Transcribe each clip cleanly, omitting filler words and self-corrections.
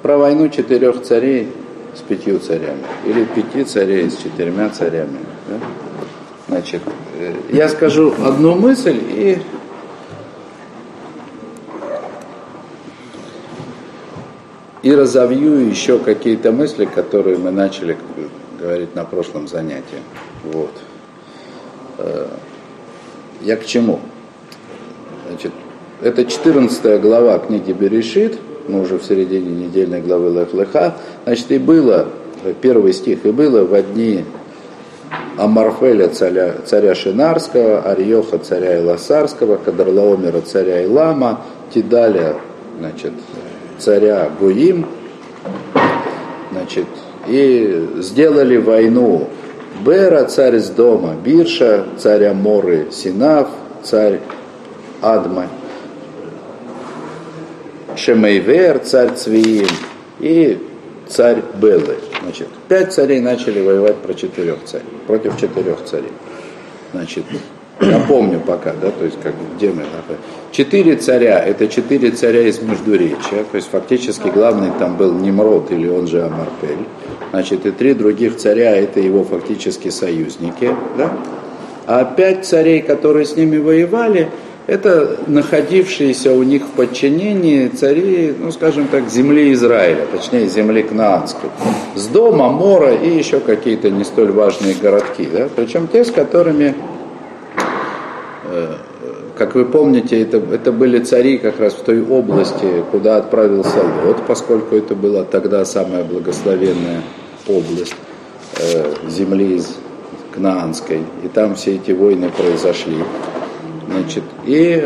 про войну 4 царей с 5 царями, или 5 царей с 4 царями. Да? Значит, я скажу одну мысль и разовью еще какие-то мысли, которые мы начали говорить на прошлом занятии. Вот. Я к чему? Значит, это 14 глава книги Берешит, мы уже в середине недельной главы Лех-Леха. Значит, и было, первый стих, и было во дни Амарфеля царя Шинарского, Арьоха царя Иласарского, Кадарлаомера царя Илама, Тидаля, значит, царя Гуим, значит, и сделали войну Бера, царь из дома, Бирша, царь Аморы, Синав, царь Адма, Шемейвер, царь Цвиим и царь Белы. Значит, 5 царей начали воевать против 4 царей. Значит, напомню пока, да, то есть как где мы. 4 царя, это 4 царя из Междуречия, то есть фактически главный там был Нимрод, или он же Амарфель. Значит, и 3 других царя, это его фактически союзники, да? А 5 царей, которые с ними воевали, это находившиеся у них в подчинении цари, ну скажем так, земли Израиля, точнее земли Кнаанской, с дома, Мора и еще какие-то не столь важные городки, да? Причем те, с которыми, как вы помните, это были цари как раз в той области, куда отправился Лот, поскольку это была тогда самая благословенная область земли Кнаанской, и там все эти войны произошли. Значит, и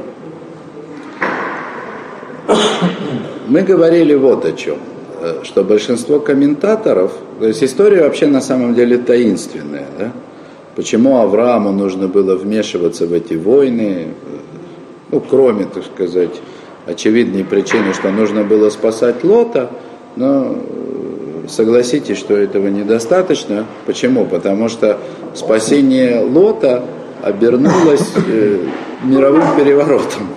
мы говорили вот о чем, что большинство комментаторов, то есть история вообще на самом деле таинственная, да? Почему Аврааму нужно было вмешиваться в эти войны, ну, кроме, так сказать, очевидной причины, что нужно было спасать Лота, но согласитесь, что этого недостаточно. Почему? Потому что спасение Лота обернулось мировым переворотом.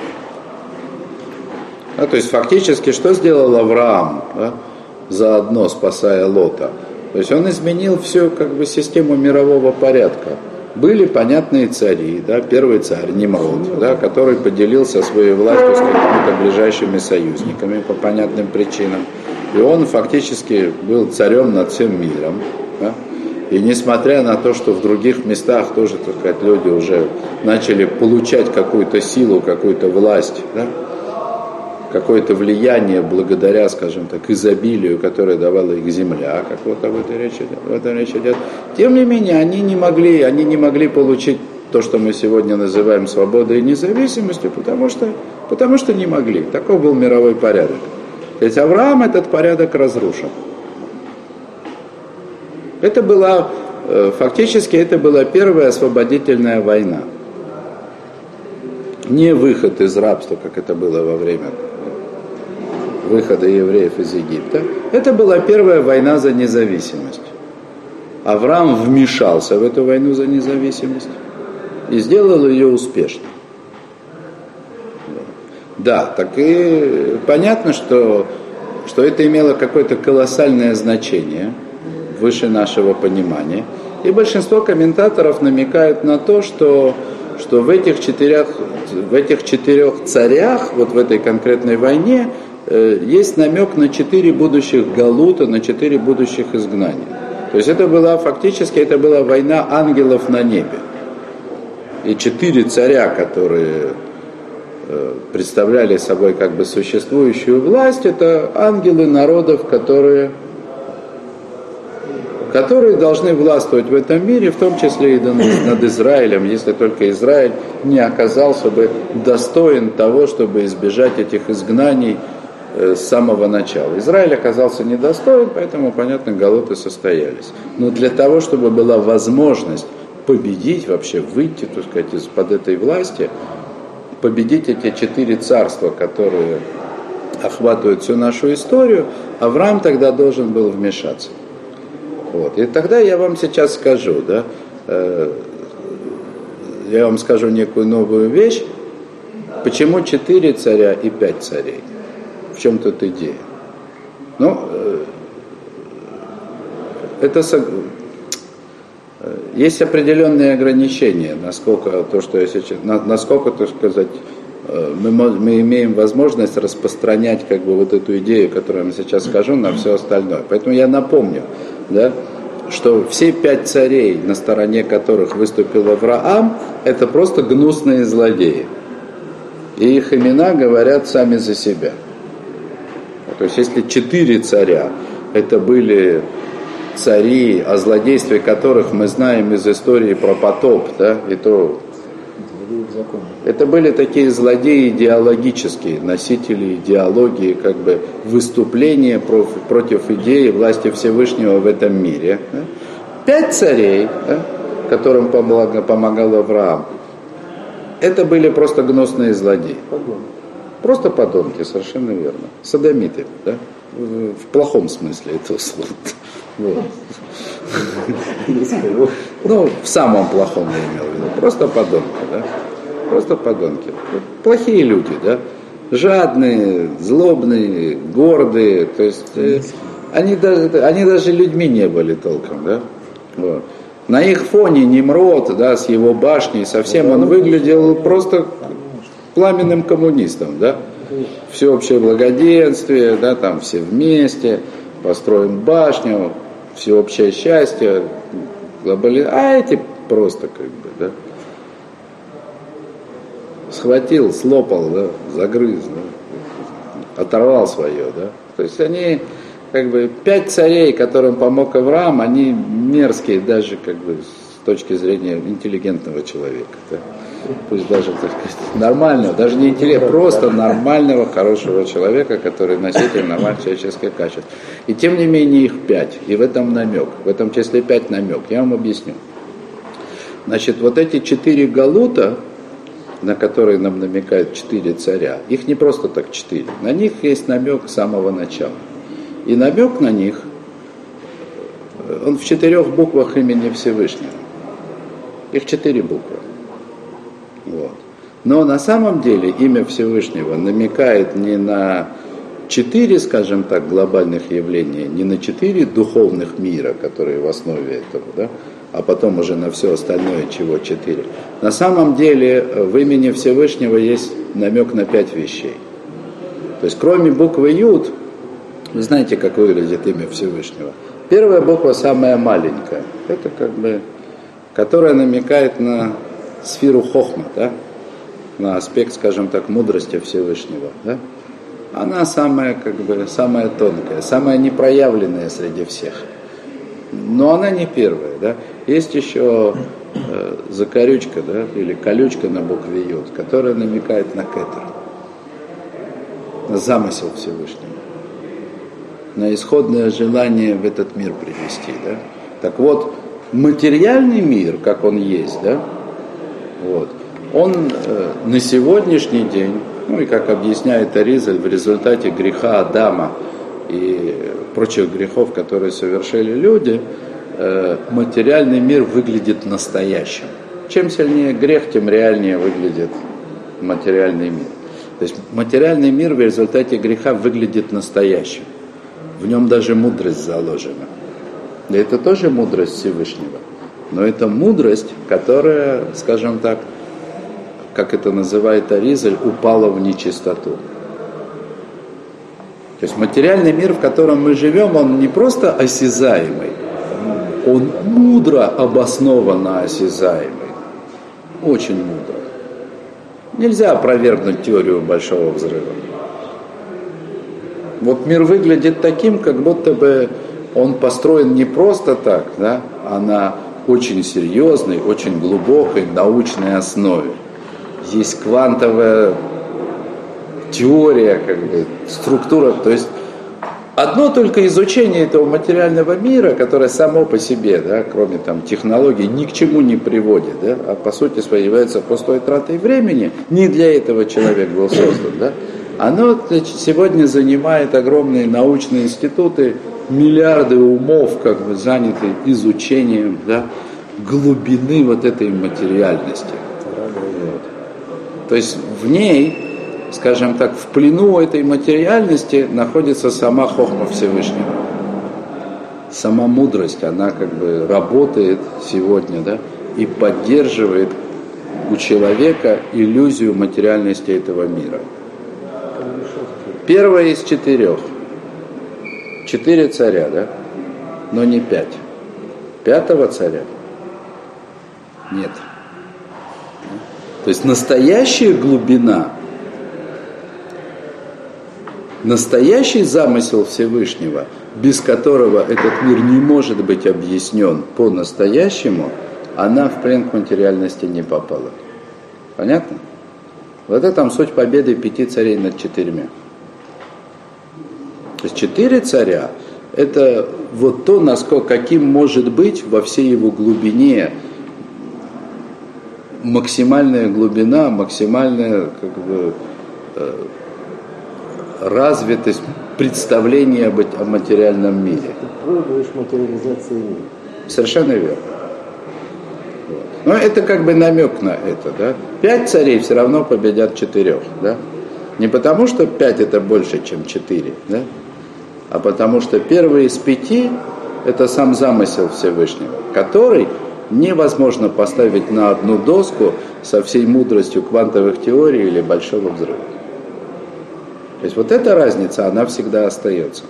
То есть фактически что сделал Авраам, да, заодно спасая Лота? То есть он изменил всю как бы систему мирового порядка. Были понятные цари, да, первый царь Нимрод, да, который поделился своей властью с какими-то ближайшими союзниками по понятным причинам. И он фактически был царем над всем миром. Да. И несмотря на то, что в других местах тоже, так сказать, люди уже начали получать какую-то силу, какую-то власть, да, какое-то влияние благодаря, скажем так, изобилию, которое давала их земля, как вот об этом речь идет. Тем не менее, они не могли получить то, что мы сегодня называем свободой и независимостью, потому что не могли. Таков был мировой порядок. Ведь Авраам этот порядок разрушил. Фактически это была первая освободительная война. Не выход из рабства, как это было во время выхода евреев из Египта. Это была первая война за независимость. Авраам вмешался в эту войну за независимость и сделал ее успешно. Да, так и понятно, что это имело какое-то колоссальное значение, выше нашего понимания. И большинство комментаторов намекают на то, что в этих 4 царях, вот в этой конкретной войне, есть намек на 4 будущих галута, на 4 будущих изгнания. То есть это была война ангелов на небе. И 4 царя, которые представляли собой как бы существующую власть, это ангелы народов, которые должны властвовать в этом мире, в том числе и над Израилем, если только Израиль не оказался бы достоин того, чтобы избежать этих изгнаний с самого начала. Израиль оказался недостоин, поэтому, понятно, галуты состоялись. Но для того, чтобы была возможность победить, вообще выйти, так сказать, из-под этой власти, победить эти 4 царства, которые охватывают всю нашу историю, Авраам тогда должен был вмешаться. Вот. И тогда я вам сейчас скажу, да, я вам скажу некую новую вещь, почему 4 царя и 5 царей. В чем тут идея? Ну, это есть определенные ограничения, насколько то, что я сейчас, насколько, так сказать, мы имеем возможность распространять как бы вот эту идею, которую я сейчас скажу, на все остальное. Поэтому я напомню, да, что все 5 царей, на стороне которых выступил Авраам, это просто гнусные злодеи. И их имена говорят сами за себя. То есть если 4 царя, это были цари, о злодействе которых мы знаем из истории про потоп, да, и то это были такие злодеи идеологические, носители идеологии, как бы выступления против идеи власти Всевышнего в этом мире. Да. 5 царей, да, которым помогал Авраам, это были просто гнусные злодеи. Просто подонки, совершенно верно. Содомиты, да? В плохом смысле этого слова. Вот. Ну, в самом плохом я имел в виду. Просто подонки, да? Просто подонки. Плохие люди, да? Жадные, злобные, гордые. То есть они даже людьми не были толком, да? Вот. На их фоне Нимрод, да, с его башней, совсем он выглядел просто пламенным коммунистом, да? Всеобщее благоденствие, да, там все вместе, построим башню, всеобщее счастье, а эти просто как бы, да? Схватил, слопал, да, загрыз, да, оторвал свое, да? То есть они, как бы, 5 царей, которым помог Авраам, они мерзкие даже, как бы, с точки зрения интеллигентного человека, да? Пусть даже, так сказать, нормального, даже не интеллект, просто нормального, хорошего человека, который носитель нормальных человеческих качеств. И тем не менее их 5, и в этом намек, в этом числе 5 намек, я вам объясню. Значит, вот эти 4 галута, на которые нам намекают 4 царя, их не просто так 4, на них есть намек с самого начала. И намек на них, он в 4 буквах имени Всевышнего. Их 4 буквы. Вот. Но на самом деле имя Всевышнего намекает не на 4, скажем так, глобальных явления, не на 4 духовных мира, которые в основе этого, да, а потом уже на все остальное, чего 4. На самом деле в имени Всевышнего есть намек на 5 вещей. То есть кроме буквы Юд, вы знаете, как выглядит имя Всевышнего. Первая буква самая маленькая, это как бы, которая намекает на сферу хохма, да? На аспект, скажем так, мудрости Всевышнего. Да? Она самая, как бы, самая тонкая, самая непроявленная среди всех. Но она не первая. Да? Есть еще закорючка, да? Или колючка на букве Йод, которая намекает на кетер, на замысел Всевышнего, на исходное желание в этот мир привести. Да? Так вот, материальный мир, как он есть, да? Вот. Он на сегодняшний день, ну и как объясняет Аризаль, в результате греха Адама и прочих грехов, которые совершили люди, материальный мир выглядит настоящим. Чем сильнее грех, тем реальнее выглядит материальный мир. То есть материальный мир в результате греха выглядит настоящим. В нем даже мудрость заложена. И это тоже мудрость Всевышнего. Но это мудрость, которая, скажем так, как это называет Аризаль, упала в нечистоту. То есть материальный мир, в котором мы живем, он не просто осязаемый, он мудро обоснованно осязаемый. Очень мудро. Нельзя опровергнуть теорию Большого взрыва. Вот мир выглядит таким, как будто бы он построен не просто так, да, а на очень серьезной, очень глубокой научной основе. Есть квантовая теория, как бы, структура. То есть одно только изучение этого материального мира, которое само по себе, да, кроме там, технологий, ни к чему не приводит, да, а по сути своей является пустой тратой времени, не для этого человек был создан. Да, оно сегодня занимает огромные научные институты, миллиарды умов как бы заняты изучением, да, глубины вот этой материальности. Вот. То есть в ней скажем так, в плену этой материальности находится сама хохма Всевышнего. Сама мудрость, она как бы работает сегодня, да, и поддерживает у человека иллюзию материальности этого мира. Первое из 4. 4 царя, да, но не 5. 5-го царя нет. То есть настоящая глубина, настоящий замысел Всевышнего, без которого этот мир не может быть объяснен по-настоящему, она в плен к материальности не попала. Понятно? Вот это там суть победы 5 царей над 4. То есть 4 царя – это вот то, насколько, каким может быть во всей его глубине максимальная глубина, максимальная как бы, развитость представления о материальном мире. Ты пробуешь материализации мира. Совершенно верно. Вот. Но это как бы намек на это. Да? 5 царей все равно победят 4. Да? Не потому, что 5 это больше, чем 4, да? А потому что первый из 5 это сам замысел Всевышнего, который невозможно поставить на одну доску со всей мудростью квантовых теорий или большого взрыва. То есть вот эта разница, она всегда остается.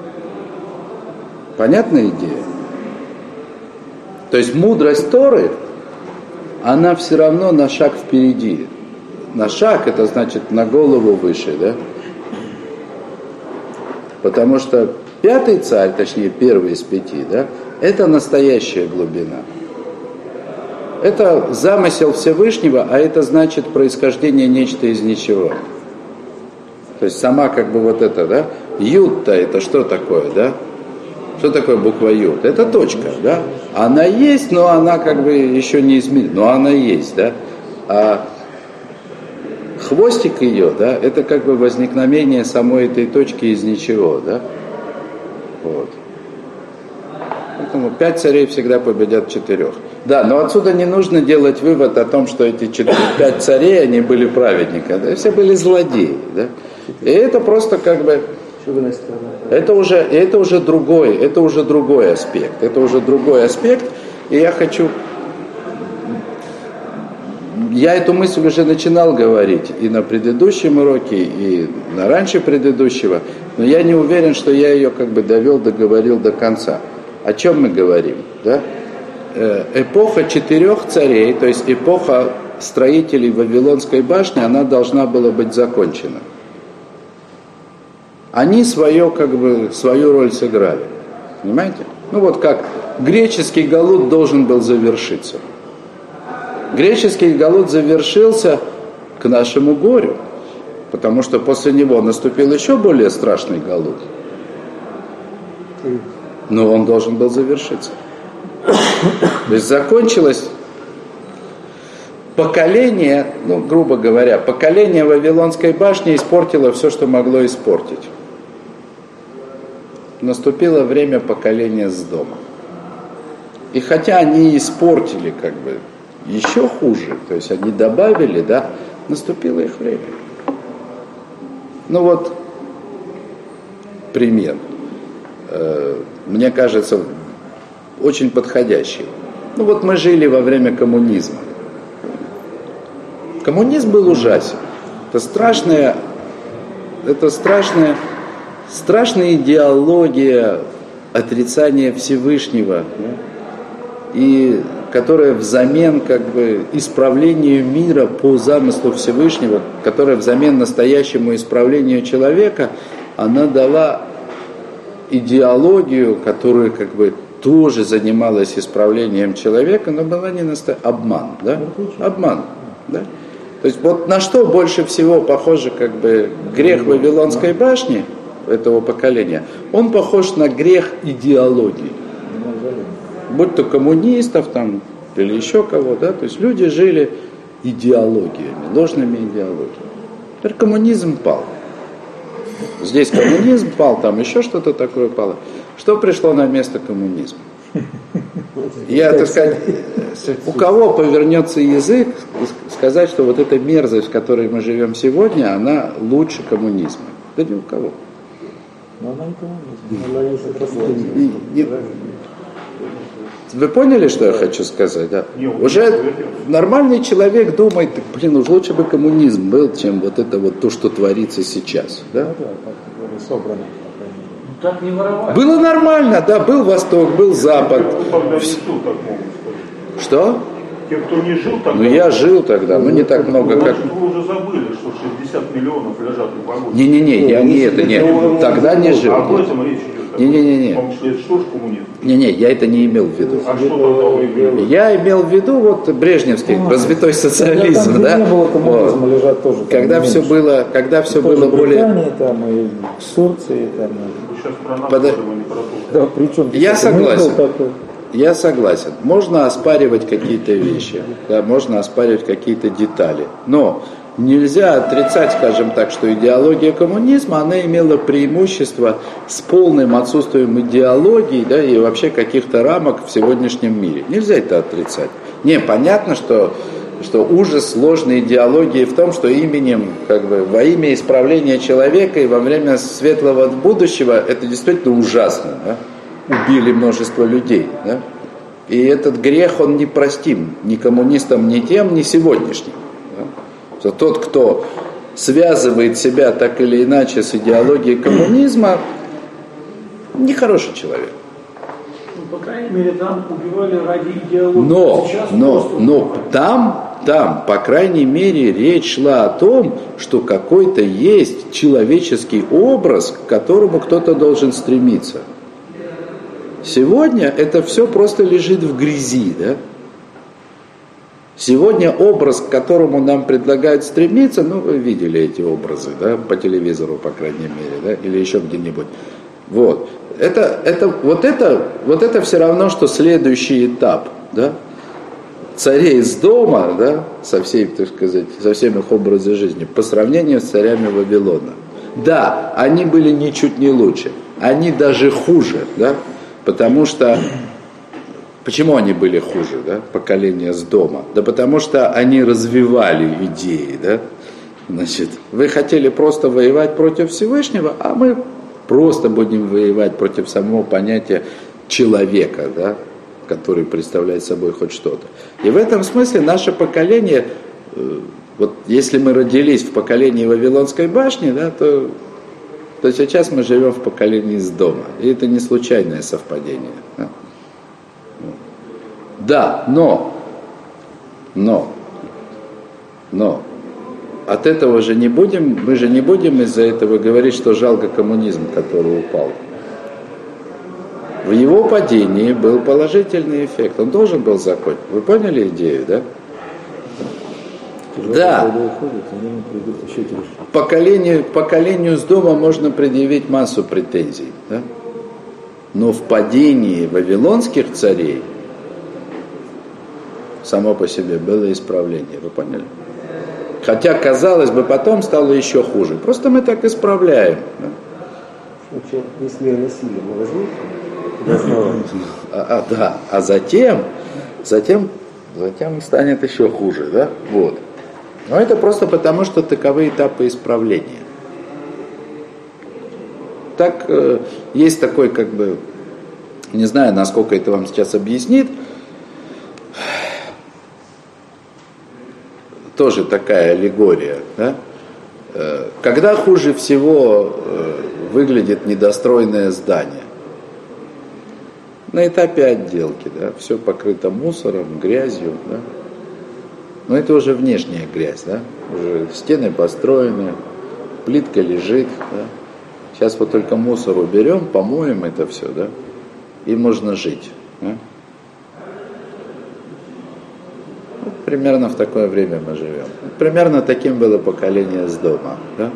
Понятная идея? То есть мудрость Торы, она все равно на шаг впереди. На шаг, это значит на голову выше, да? Потому что 5-й царь, точнее первый из 5, да, это настоящая глубина. Это замысел Всевышнего, а это значит происхождение нечто из ничего. То есть сама как бы вот это, да, Юд-то это что такое, да? Что такое буква Юд? Это точка, да? Она есть, но она как бы еще не измерена, но она есть, да? А хвостик ее, да, это как бы возникновение самой этой точки из ничего, да? Вот. Поэтому 5 царей всегда победят 4. Да, но отсюда не нужно делать вывод о том, что эти 5 царей, они были праведниками, да? Все были злодеи, да? И это просто как бы, это уже другой аспект, и я эту мысль уже начинал говорить и на предыдущем уроке, и на раньше предыдущего, но я не уверен, что я ее как бы договорил до конца. О чем мы говорим? Да? Эпоха 4 царей, то есть эпоха строителей Вавилонской башни, она должна была быть закончена. Они свою роль сыграли. Понимаете? Ну вот как греческий галут должен был завершиться. Греческий галут завершился к нашему горю, потому что после него наступил еще более страшный галут. Но он должен был завершиться. То есть закончилось поколение, грубо говоря, поколение Вавилонской башни испортило все, что могло испортить. Наступило время поколения Сдома. И хотя они испортили как бы еще хуже, то есть они добавили, да, наступило их время. Ну вот пример, мне кажется, очень подходящий. Ну вот мы жили во время коммунизма. Коммунизм был ужасен. Это страшная идеология отрицания Всевышнего, да? И которая взамен как бы исправлению мира по замыслу Всевышнего, которая взамен настоящему исправлению человека, она дала идеологию, которая как бы тоже занималась исправлением человека, но была не настоящая. Обман, да? Обман, да? То есть вот на что больше всего похоже как бы грех Вавилонской башни этого поколения, он похож на грех идеологии. Будь то коммунистов там, или еще кого, да, то есть люди жили идеологиями, ложными идеологиями. Теперь коммунизм пал. Здесь коммунизм пал, там еще что-то такое пало. Что пришло на место коммунизма? Я, так сказать, у кого повернется язык сказать, что вот эта мерзость, в которой мы живем сегодня, она лучше коммунизма? Да ни у кого. Но она не коммунизм. Вы поняли, что я хочу сказать? Да? Уже нормальный человек думает, уж лучше бы коммунизм был, чем вот это вот то, что творится сейчас. Да? Ну да, как собрано. Так не воровать. Было нормально, да, был Восток, был Запад. Когда не жил, так могут сказать. Что? Те, кто не жил тогда... Ну я жил тогда, но не так много, как... Значит, вы уже забыли, что 60 миллионов лежат в вагоне. Не-не-не, я не это, не. Тогда не жил. Об этом речь идет. Не-не-не. В том числе, это что ж коммунизм? Не-не, я это не имел в виду. А что тогда вы имели? Я имел в виду вот брежневский развитой социализм, Там, да? не было коммунизма, лежат тоже. Когда все было более... Британии, там, и в Турции, там. Сейчас про нас Подо- говорим, а не про то. Да, причем Я согласен. Я согласен. Можно оспаривать какие-то вещи, да, можно оспаривать какие-то детали. Но нельзя отрицать, скажем так, что идеология коммунизма, она имела преимущество с полным отсутствием идеологии, да, и вообще каких-то рамок в сегодняшнем мире. Нельзя это отрицать. Не, понятно, что ужас сложной идеологии в том, что во имя исправления человека и во время светлого будущего, это действительно ужасно, да? Убили множество людей, да? И этот грех, он непростим ни коммунистам, ни тем, ни сегодняшним. Да? Тот, кто связывает себя так или иначе с идеологией коммунизма, нехороший человек. Ну, по крайней мере, там убивали ради идеологии. Но там, по крайней мере, речь шла о том, что какой-то есть человеческий образ, к которому кто-то должен стремиться. Сегодня это все просто лежит в грязи, да? Сегодня образ, к которому нам предлагают стремиться, вы видели эти образы, да, по телевизору, по крайней мере, да, или еще где-нибудь. Вот. Это все равно, что следующий этап, да? Царей из дома, да, со всем их образом жизни, по сравнению с царями Вавилона. Да, они были ничуть не лучше, они даже хуже, да, потому что, почему они были хуже, да, поколение с дома? Да потому что они развивали идеи, да, значит, вы хотели просто воевать против Всевышнего, а мы просто будем воевать против самого понятия человека, да, который представляет собой хоть что-то. И в этом смысле наше поколение, вот если мы родились в поколении Вавилонской башни, да, то сейчас мы живем в поколении из дома. И это не случайное совпадение. Да, но от этого мы же не будем из-за этого говорить, что жалко коммунизм, который упал. В его падении был положительный эффект. Он должен был закончить. Вы поняли идею, да? Да. Поколению с дома можно предъявить массу претензий. Да? Но в падении вавилонских царей само по себе было исправление. Вы поняли? Хотя, казалось бы, потом стало еще хуже. Просто мы так исправляем. Да? Если насилие мы возьмем, да. А затем станет еще хуже, да? Вот. Но это просто потому, что таковы этапы исправления. Так, есть такой, не знаю, насколько это вам сейчас объяснит, тоже такая аллегория, да? Когда хуже всего выглядит недостроенное здание? На этапе отделки, да, все покрыто мусором, грязью, да. Но это уже внешняя грязь, да, уже стены построены, плитка лежит, да. Сейчас вот только мусор уберем, помоем это все, да, и можно жить, да? Вот примерно в такое время мы живем. Примерно таким было поколение с дома, да.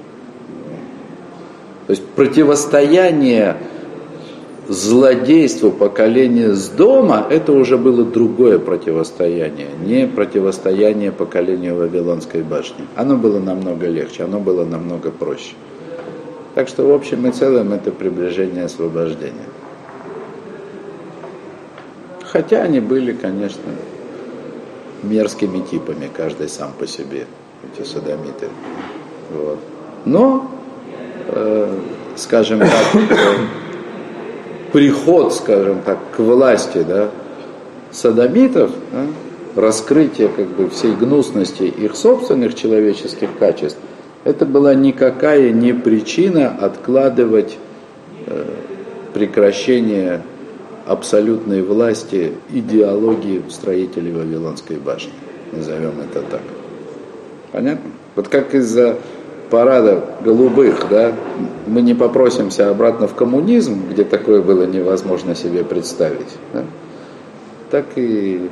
То есть противостояние злодейству поколения с дома, это уже было другое противостояние, не противостояние поколению Вавилонской башни. Оно было намного легче, оно было намного проще. Так что в общем и целом это приближение освобождения. хотя они были, конечно, мерзкими типами, каждый сам по себе, эти содомиты. Вот. Но, скажем так, приход, скажем так, к власти, да, содомитов, да, раскрытие как бы всей гнусности их собственных человеческих качеств, это была никакая не причина откладывать прекращение абсолютной власти идеологии строителей Вавилонской башни. Назовем это так. Понятно? Вот как из-за парада голубых, да, мы не попросимся обратно в коммунизм, где такое было невозможно себе представить, да, так и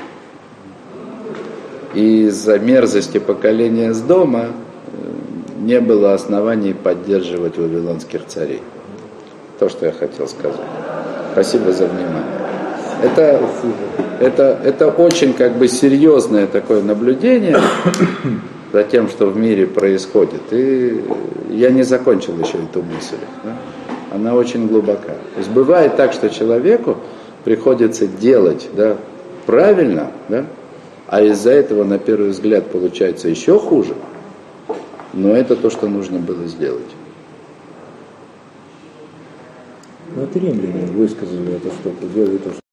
из-за мерзости поколения с дома не было оснований поддерживать вавилонских царей. То, что я хотел сказать. Спасибо за внимание. Это очень как бы серьезное такое наблюдение за тем, что в мире происходит. И я не закончил еще эту мысль. Да? Она очень глубока. То есть бывает так, что человеку приходится делать, да, правильно, да, а из-за этого, на первый взгляд, получается еще хуже. Но это то, что нужно было сделать. Вот римляне высказали это что-то, делали то, что